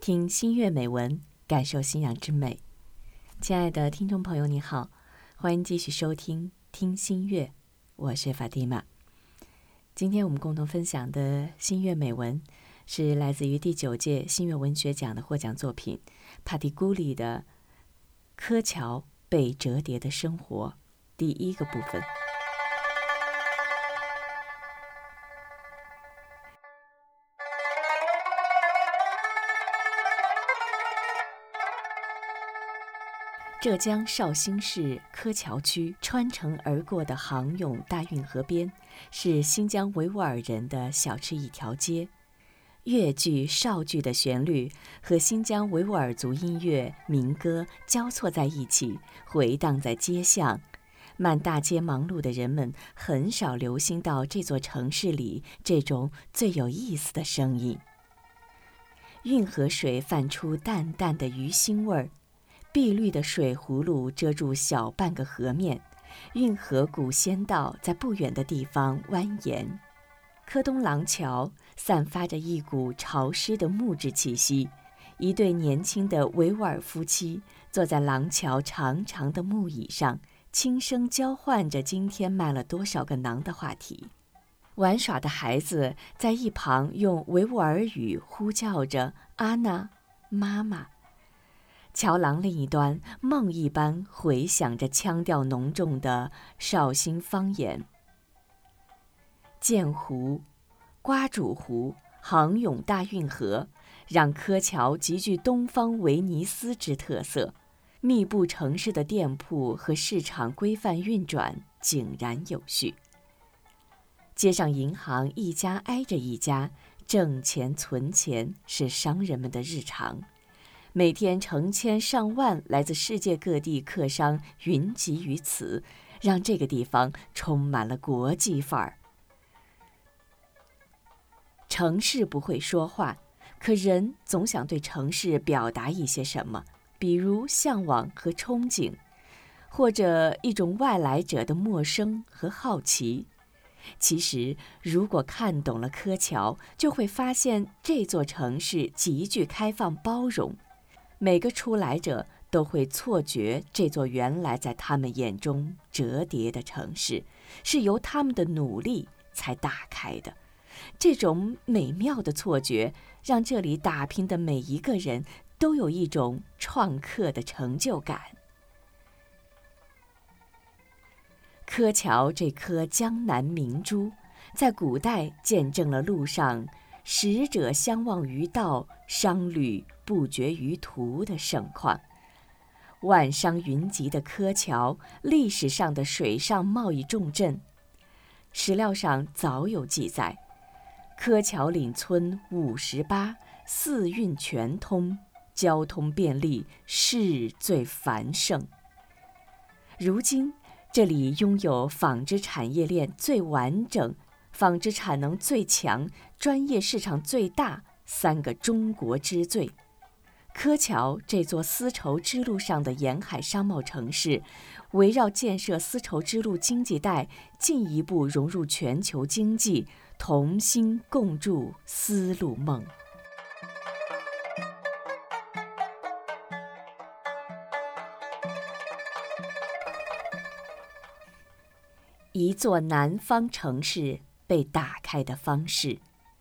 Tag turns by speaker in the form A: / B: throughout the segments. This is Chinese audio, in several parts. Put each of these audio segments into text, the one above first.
A: 听新月美文，感受信仰之美。亲爱的听众朋友，你好，欢迎继续收听听新月，我是法蒂玛。今天我们共同分享的新月美文是来自于第9届新月文学奖的获奖作品帕蒂古里的《柯桥被折叠的生活》第1个部分。浙江绍兴市柯桥区穿城而过的杭甬大运河边，是新疆维吾尔人的小吃一条街。粤剧、绍剧的旋律和新疆维吾尔族音乐、民歌交错在一起，回荡在街巷。满大街忙碌的人们很少留心到这座城市里这种最有意思的声音。运河水泛出淡淡的鱼腥味儿。碧绿的水葫芦遮住小半个河面，运河古仙道在不远的地方蜿蜒。柯东廊桥散发着一股潮湿的木质气息，一对年轻的维吾尔夫妻坐在廊桥长长的木椅上，轻声交换着今天卖了多少个馕的话题。玩耍的孩子在一旁用维吾尔语呼叫着阿娜妈妈。桥廊另一端，梦一般回响着腔调浓重的绍兴方言。建湖、瓜渚湖、杭甬大运河，让柯桥极具东方威尼斯之特色。密布城市的店铺和市场规范运转，井然有序。街上银行一家挨着一家，挣钱存钱是商人们的日常。每天成千上万来自世界各地客商云集于此，让这个地方充满了国际范儿。城市不会说话，可人总想对城市表达一些什么，比如向往和憧憬，或者一种外来者的陌生和好奇。其实，如果看懂了柯桥，就会发现这座城市极具开放包容。每个初来者都会错觉这座原来在他们眼中折叠的城市，是由他们的努力才打开的。这种美妙的错觉，让这里打拼的每一个人都有一种创客的成就感。柯桥这颗江南明珠，在古代见证了路上使者相望于道，商旅不绝于途的盛况。万商云集的柯桥，历史上的水上贸易重镇。史料上早有记载，柯桥岭村58，四运全通，交通便利，市最繁盛。如今这里拥有纺织产业链最完整、纺织产能最强、专业市场最大3个中国之最。柯桥这座丝绸之路上的沿海商贸城市，围绕建设丝绸之路经济带，进一步融入全球经济，同心共筑丝路梦。一座南方城市被打开的方式。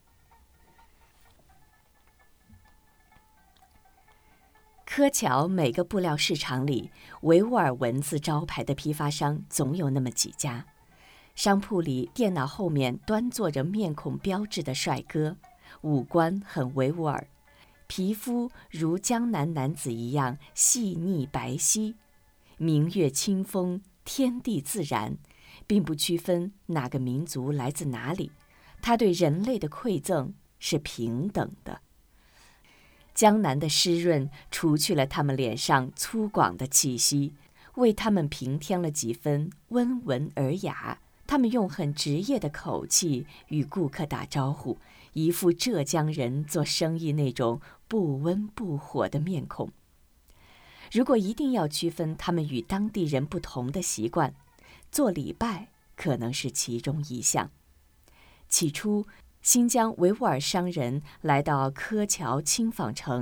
A: 柯桥每个布料市场里，维吾尔文字招牌的批发商总有那么几家。商铺里电脑后面端坐着面孔标致的帅哥，五官很维吾尔，皮肤如江南男子一样细腻白皙，明月清风，天地自然，并不区分哪个民族来自哪里，他对人类的馈赠是平等的。江南的湿润除去了他们脸上粗犷的气息，为他们平添了几分温文尔雅。他们用很职业的口气与顾客打招呼，一副浙江人做生意那种不温不火的面孔。如果一定要区分他们与当地人不同的习惯，做礼拜可能是其中一项。起初，新疆维吾尔商人来到柯桥青纺城，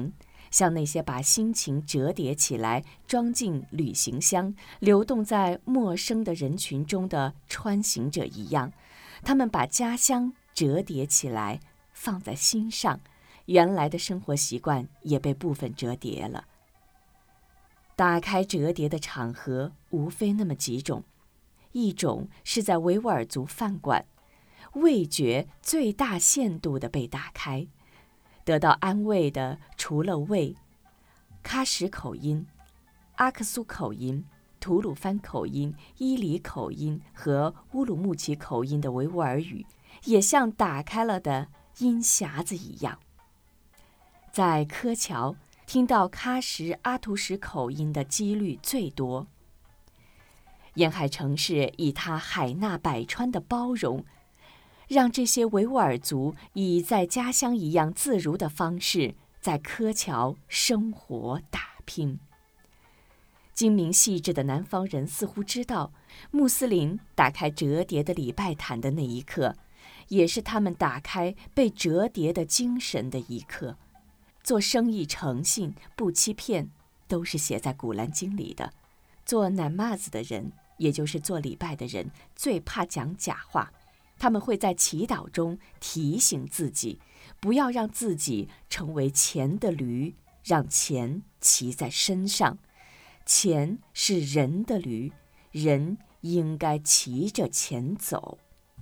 A: 像那些把心情折叠起来装进旅行箱，流动在陌生的人群中的穿行者一样，他们把家乡折叠起来放在心上，原来的生活习惯也被部分折叠了。打开折叠的场合无非那么几种，一种是在维吾尔族饭馆，味觉最大限度地被打开，得到安慰的除了味，喀什口音、阿克苏口音、吐鲁番口音、伊犁口音和乌鲁木齐口音的维吾尔语，也像打开了的阴匣子一样。在柯桥听到喀什阿图什口音的几率最多。沿海城市以它海纳百川的包容，让这些维吾尔族以在家乡一样自如的方式在柯桥生活打拼。精明细致的南方人似乎知道，穆斯林打开折叠的礼拜毯的那一刻，也是他们打开被折叠的精神的一刻。做生意诚信不欺骗，都是写在古兰经里的。做namaz的人，也就是做礼拜的人，最怕讲假话。他们会在祈祷中提醒自己，不要让自己成为钱的驴，让钱骑在身上。钱是人的驴，人应该骑着钱走。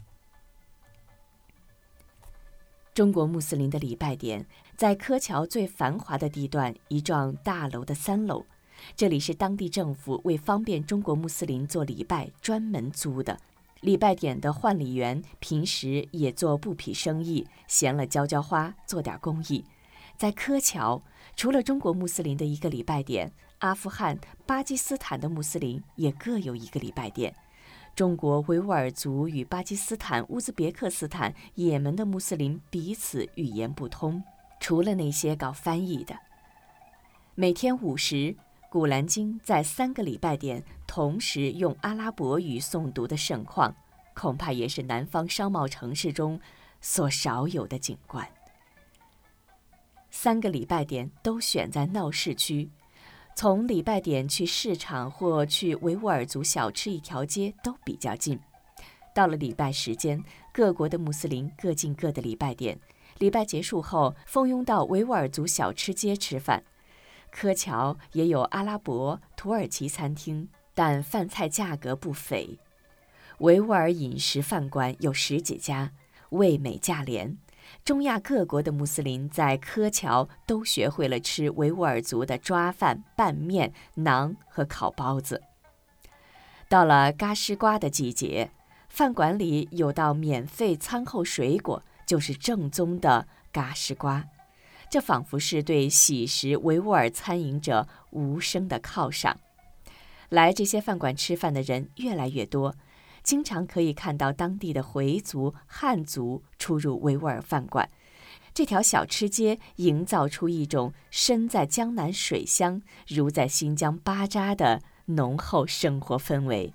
A: 中国穆斯林的礼拜点在柯桥最繁华的地段，一幢大楼的3楼。这里是当地政府为方便中国穆斯林做礼拜专门租的。礼拜点的换礼员平时也做布匹生意，闲了浇花，做点公益。在柯桥，除了中国穆斯林的一个礼拜点，阿富汗、巴基斯坦的穆斯林也各有一个礼拜点。中国维吾尔族与巴基斯坦、乌兹别克斯坦、也门的穆斯林彼此语言不通，除了那些搞翻译的。每天午时，古兰经在3个礼拜点同时用阿拉伯语诵读的盛况，恐怕也是南方商贸城市中所少有的景观。3个礼拜点都选在闹市区，从礼拜点去市场或去维吾尔族小吃一条街都比较近。到了礼拜时间，各国的穆斯林各进各的礼拜点，礼拜结束后蜂拥到维吾尔族小吃街吃饭。柯桥也有阿拉伯、土耳其餐厅，但饭菜价格不菲。维吾尔饮食饭馆有10几家，味美价廉。中亚各国的穆斯林在柯桥都学会了吃维吾尔族的抓饭、拌面、馕和烤包子。到了嘎什瓜的季节，饭馆里有道免费餐后水果，就是正宗的嘎什瓜。这仿佛是对喜食维吾尔餐饮者无声的犒赏。来这些饭馆吃饭的人越来越多，经常可以看到当地的回族、汉族出入维吾尔饭馆。这条小吃街营造出一种身在江南水乡，如在新疆巴扎的浓厚生活氛围。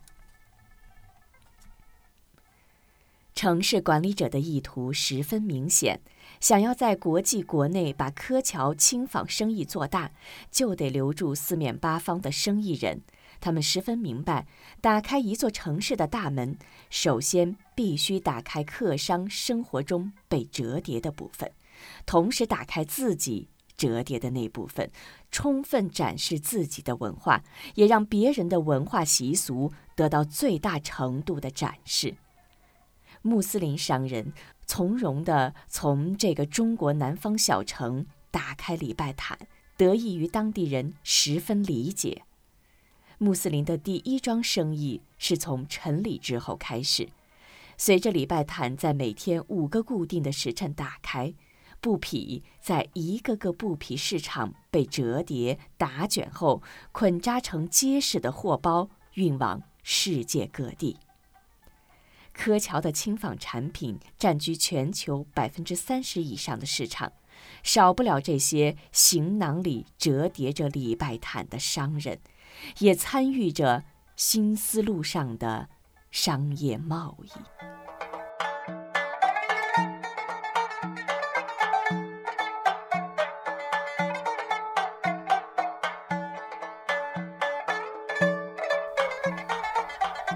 A: 城市管理者的意图十分明显，想要在国际国内把柯桥轻纺生意做大，就得留住四面八方的生意人。他们十分明白，打开一座城市的大门，首先必须打开客商生活中被折叠的部分，同时打开自己折叠的那部分，充分展示自己的文化，也让别人的文化习俗得到最大程度的展示。穆斯林商人从容地从这个中国南方小城打开礼拜毯，得益于当地人十分理解。穆斯林的第一桩生意是从晨礼之后开始，随着礼拜毯在每天5个固定的时辰打开，布匹在一个个布匹市场被折叠打卷后，捆扎成结实的货包，运往世界各地。柯桥的轻纺产品占据全球30%以上的市场，少不了这些行囊里折叠着礼拜毯的商人，也参与着新丝路上的商业贸易。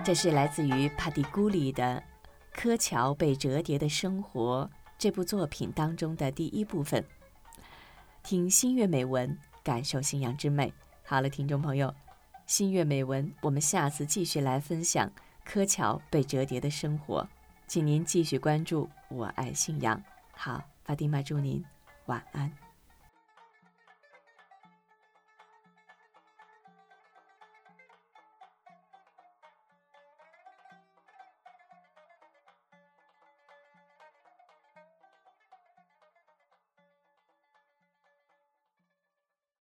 A: 这是来自于帕蒂古里的《柯乔被折叠的生活》这部作品当中的第一部分。听新月美文，感受信仰之美。好了，听众朋友，新月美文，我们下次继续来分享柯乔被折叠的生活，请您继续关注我爱信仰。好，法蒂玛祝您晚安。